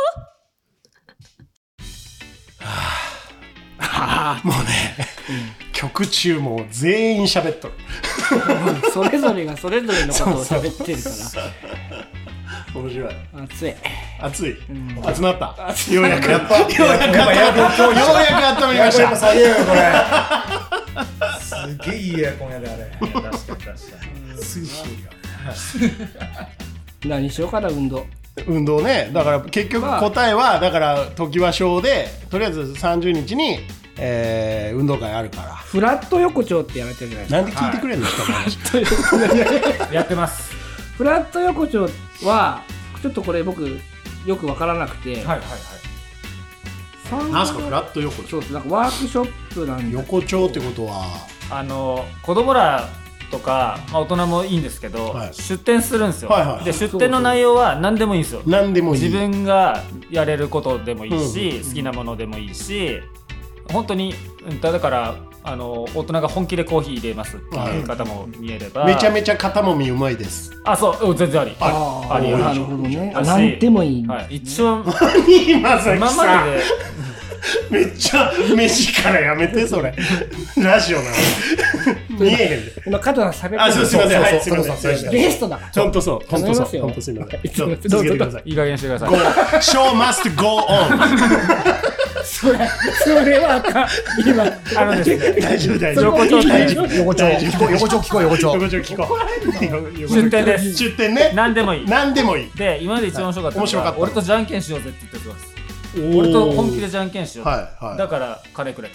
もうね、曲中も全員喋っとる。 それぞれがそれぞれのことを喋ってるから面白い。 熱い、 熱なった。ようやく温まりました。 すげえいいエアコンやであれ。確かにすぐ冷えるよ。 何しようかな。 運動ね。だから結局答えはだから常盤小でとりあえず30日に、運動会あるから。 フラット横丁ってやられてるじゃないですか。 なんで聞いてくれるんですか。 やってます。 フラット横丁はちょっとこれ僕よく分からなくて。 なんすかフラット横丁。 そう、なんかワークショップなんで。 横丁ってことは子供らとか、大人もいいんですけど、出店するんですよ。で出店の内容は何でもいいんですよ。 何でもいい。 自分がやれることでもいいし、好きなものでもいいし、本当にだから大人が本気でコーヒー入れますっていう方も見えれば、 めちゃめちゃ肩もみうまいです。 あ、そう全然あり。あり。 なるほどね。何でもいい。 一応今まででめっちゃ目力やめてそれ。ラジオなの。見えへんで。 今加藤さん喋ってる。 あ、そうすみません。はい、すみません。 ゲストだ。 本当そう。本当すみません。続けてください。 いい加減してください。 Show must go on。 それはあかん。今ですね。大丈夫大丈夫。 横丁聞こう。 出店です。 出店ね。 何でもいい。 何でもいい。 で今まで一番面白かったのは俺とじゃんけんしようぜって言ってください。俺と本気でじゃんけんしよう。だから金くれと。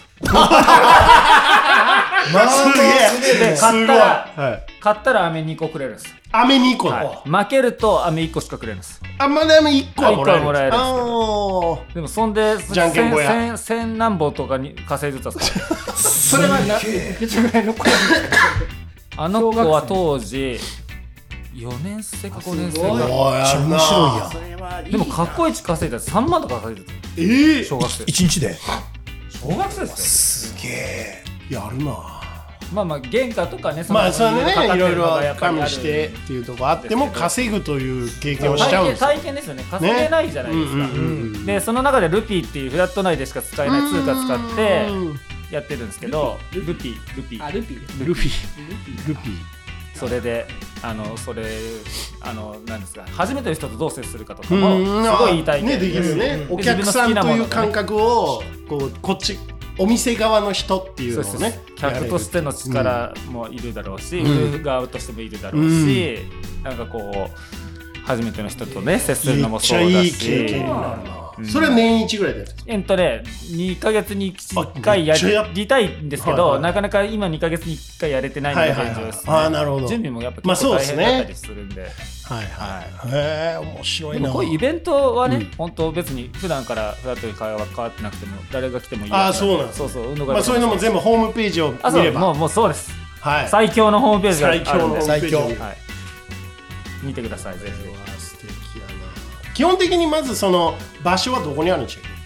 すげえ。 買ったら飴2個くれるんです。 飴2個。 負けると飴1個しかくれるんです。 まだ飴1個はもらえるんですけど。でもそんでじゃんけん小屋 1000何本とかに稼いでたんですか。 それは何ぐらいの子なんですか。 あの子は当時4年生か5年生ぐらい。面白いや。 でも過去一稼いだら3万とか稼いでた。小学生。 1日で。 小学生ですよ。すげえ。 やるな。 まあ原価とかね、 まあそれね、いろいろ加味してっていうところあっても稼ぐという経験をしちゃうんですよ。 体験ですよね。稼げないじゃないですか。でその中でルピーっていうフラット内でしか使えない通貨使ってやってるんですけど、ルピあ、ルピー。 ルフィそれでなんですか、初めての人とどう接するかとかもすごいいい体験ね、できるね。お客さんという感覚をこっちお店側の人っていうのをね、 客としての力もいるだろうし、売る側としてもいるだろうし、なんかこう初めての人とね接するのもそうだし、 めっちゃいい経験になるな。それは年一ぐらいでやって 2ヶ月に1回やりたいんですけど、なかなか今2ヶ月に1回やれてないのが現状ですね。 なるほど。 準備もやっぱ結構大変だったりするんで、 面白いな。 こういうイベントはね、本当別に普段からフラットに会話が変わってなくても誰が来てもいい。 そうなんです。 そうそういうのも全部ホームページを見れば、 もうそうです。最強のホームページがあるんで、 最強。 見てくださいぜひ。 素敵やな。基本的にまずその場所はどこにあるんでしょうか。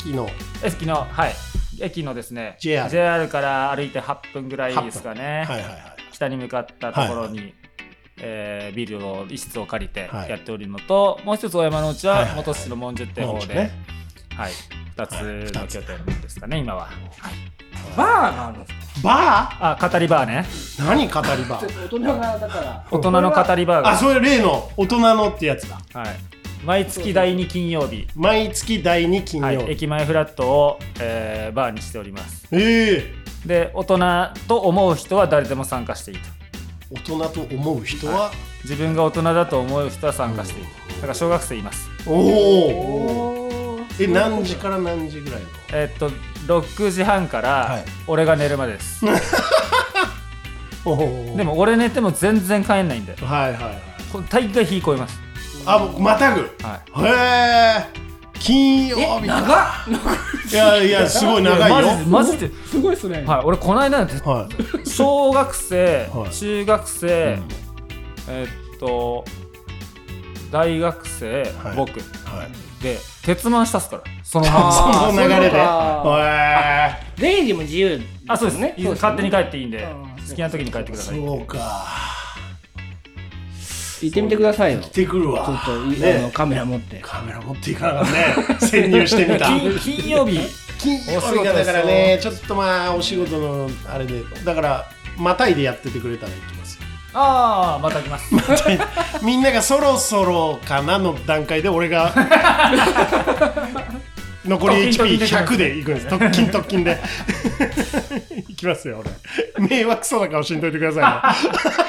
駅のですね、 JR から歩いて8分ぐらいですかね。北に向かったところにビルを一室を借りてやっておるのと、もう一つ大山のうちは元市のモンジュって方で、2つの拠点ですかね今は。 バーがあるんですか。 バー？語りバーね。 何語りバー？ 大人がだから大人の語りバーが。 それ例の大人のってやつだ。 毎月第2金曜日。 毎月第2金曜日。 駅前フラットをバーにしております。 で、 大人と思う人は誰でも参加していいと。 大人と思う人は、 自分が大人だと思う人は参加していい。だから小学生います。 何時から何時ぐらいの ？6時半から俺が寝るまでです。でも俺寝ても全然帰んないんで、大概日超えます。 またぐ。金曜日。 長っ。いやすごい長いよ。 マジですごいですね。俺この間なんて小学生、中学生、大学生、僕で鉄マンしたっすから。その流れで。 出入りも自由。 そうですね。勝手に帰っていいんで、好きな時に帰ってください。 そうか。 行ってみてくださいよ。 行ってくるわ。 ちょっとカメラ持っていかなかね。潜入してみた。 金曜日がだからね、ちょっとお仕事のあれで、だからまたいでやっててくれたら行きます。 また来ます。 みんながそろそろかなの段階で俺が残り HP100 で行くんです。特勤で行きますよ俺。迷惑そうな顔しんといてください。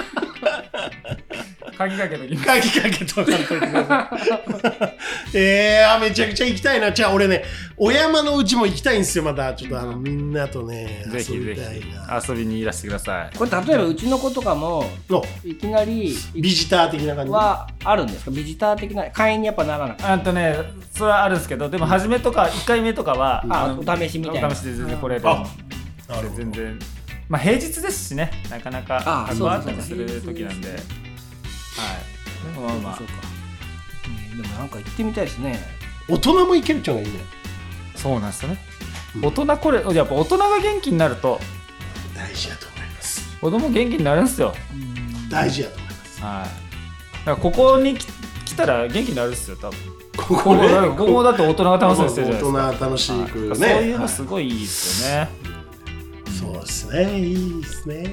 鍵かけときます。 鍵かけとかんといてください。めちゃくちゃ行きたいな。じゃあ俺ね、お山のうちも行きたいんですよ。またちょっとみんなとね、 ぜひぜひ遊びにいらしてください。 これ例えばうちの子とかもいきなりビジター的な感じはあるんですか。ビジター的な会員にやっぱならなくて。 それはあるんですけど、でも初めとか1回目とかはお試しみたいな。 お試しで全然来れる。全然平日ですしね、なかなかあったりする時なんで。 でもなんか行ってみたいですね。 大人も行けるっちゃうのがいいね。 そうなんですよね。大人やっぱ大人が元気になると大事だと思います。 子供元気になるんですよ。 大事だと思います。 だからここに来たら元気になるんですよ多分。ここだと大人が楽しみにしてるじゃないですか。 大人楽しくね。 そういうのすごいいいですよね。 そうですね、いいですね。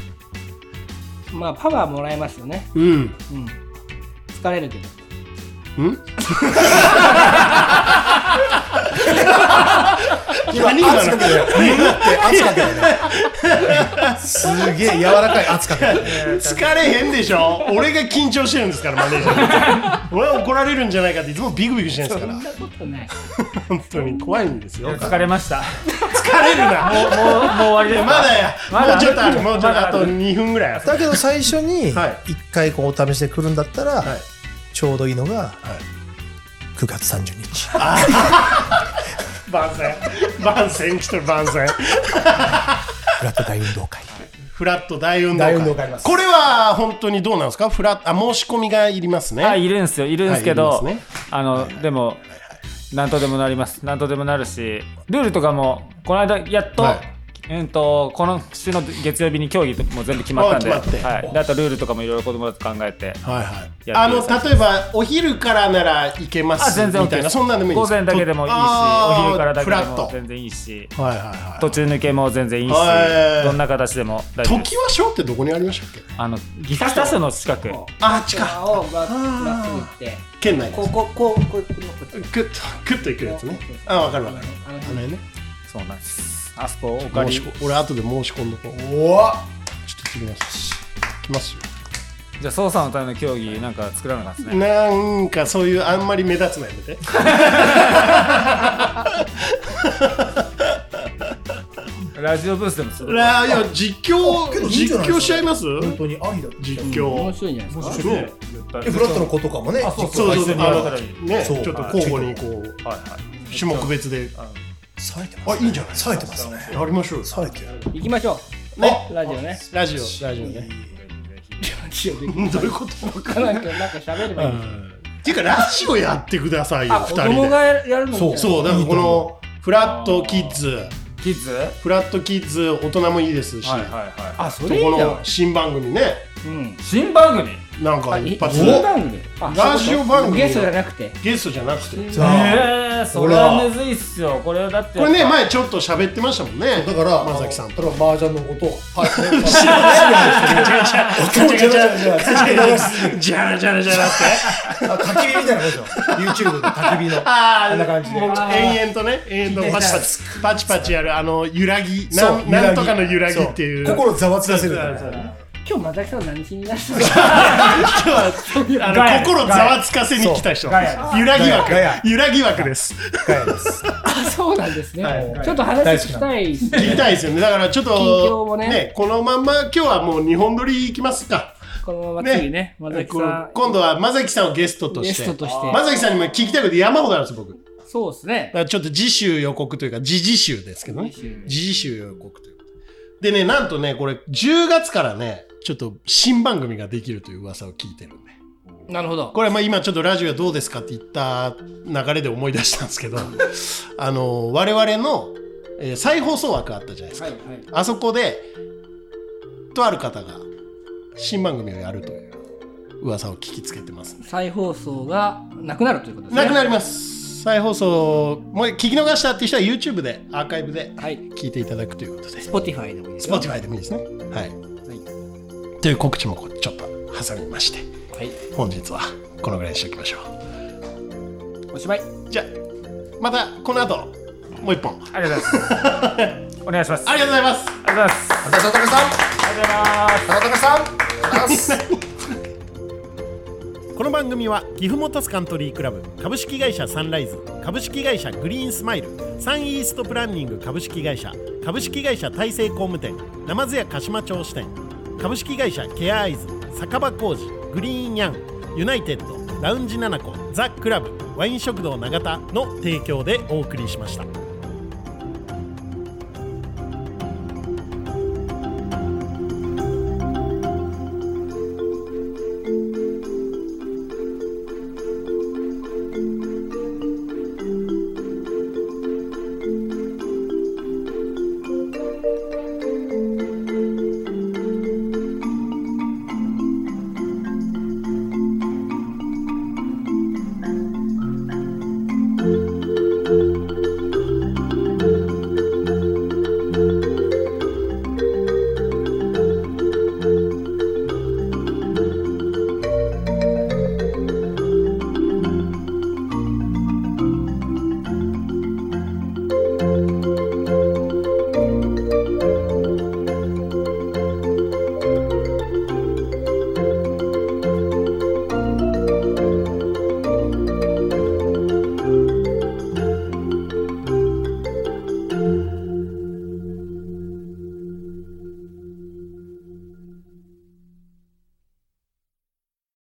パワーもらえますよね。疲れるけど。 今圧かけたよね。すげえ柔らかい圧かけた。 疲れへんでしょ。俺が緊張してるんですからマネージャー。俺は怒られるんじゃないかっていつもビクビクしてるんですから。 そんなことない。 本当に怖いんですよ。 疲れました。 疲れるな。もう終わりです。まだや。もうちょっとある。もうちょっとあと2分ぐらいある。 だけど最初に1回お試しで来るんだったらちょうどいいのが9月30日。番宣来てる番宣。 フラット大運動会。 フラット大運動会。これは本当にどうなんですか。申し込みがいりますね。 いるんですけど、でも何とでもなります。何とでもなるし、ルールとかもこの間やっと、 この週の月曜日に競技も全部決まったんで、 決まってはい、であとルールとかもいろいろ子供たち考えて、 はいはい、例えばお昼からなら行けます全然みたいな、そんなんでもいいですか？ 午前だけでもいいし、お昼からだけでも全然いいし、はいはいはい、途中抜けも全然いいし、どんな形でも大丈夫です。 常盤小ってどこにありましたっけ？ 岐阜スタの近く。 近をまっすぐ行って県内こうグッと行くやつね。わかるわかる。あの辺ね。 そうなんです。あそこお借り。 俺後で申し込んどこう。ちょっと行きます。来ますよ。 じゃあ、操作のための競技なんか作らなかったですね。 なんかそういうあんまり目立つのやめて。 ラジオブースでもする。 いや実況しちゃいます？ 本当にありだ。 実況。 面白いんじゃないですか？ フラットの子とかもね。 そうね、ちょっと交互にこう種目別で。 冴えてます。 いいんじゃない？ 冴えてますね。 やりましょう。 冴えてる。 行きましょう。ね、ラジオね。 ラジオね。どういうこと？ なんか喋ればいい。 っていうかラジオやってくださいよ。 子供がやるの。 そうだからこのフラットキッズ。フラットキッズ大人もいいですし、 それいいじゃん。 この新番組ね。 新番組。 なんか一発新番組。 ラジオ番組。 ゲストじゃなくて。 それはむずいっすよ。これだって。 これね前ちょっと喋ってましたもんね。 だからまさきさんと麻雀の音を。 じゃらって。 焚き火みたいなこと。YouTube で焚き火の。あんな感じで。 延々とパチパチやる揺らぎなんとかの揺らぎっていう。 心ざわつかせる。 今日まさきさん何しにいらっしゃる？ 今日は心ざわつかせに来た人。揺らぎ枠です。 そうなんですね。ちょっと話聞きたい。 聞きたいですよね。だからちょっとねこのまんま今日はもう2本撮りいきますか。 このまま次ね、まさきさん。 今度はまさきさんをゲストとして。まさきさんにも聞きたいこと山ほどあるんです僕。 そうですね。 だからちょっと次週予告というか次週ですけどね。次週予告ということでね、なんとねこれ10月からねちょっと新番組ができるという噂を聞いてるんで。 なるほど。 これは今ちょっとラジオはどうですかって言った流れで思い出したんですけど我々の、再放送枠あったじゃないですか、あそこでとある方が新番組をやるという噂を聞きつけてます。 再放送がなくなるということですね。 なくなります。再放送もう聞き逃したっていう人は YouTube でアーカイブで聞いていただくということで、 Spotify でもいいですよ。Spotify でもいいですね。はい。という告知もちょっと挟みまして、本日はこのぐらいにしておきましょう。おしまい。 じゃあまたこの後もう一本。 ありがとうございます。お願いします。 ありがとうございます。 ありがとうございます。 ありがとうございます。 この番組は岐阜モトスカントリークラブ株式会社サンライズ株式会社グリーンスマイルサンイーストプランニング株式会社大成工務店鯰屋鹿島町支店株式会社ケアアイズ酒場工事グリーンヤンユナイテッドラウンジナナコザ・クラブワイン食堂永田の提供でお送りしました。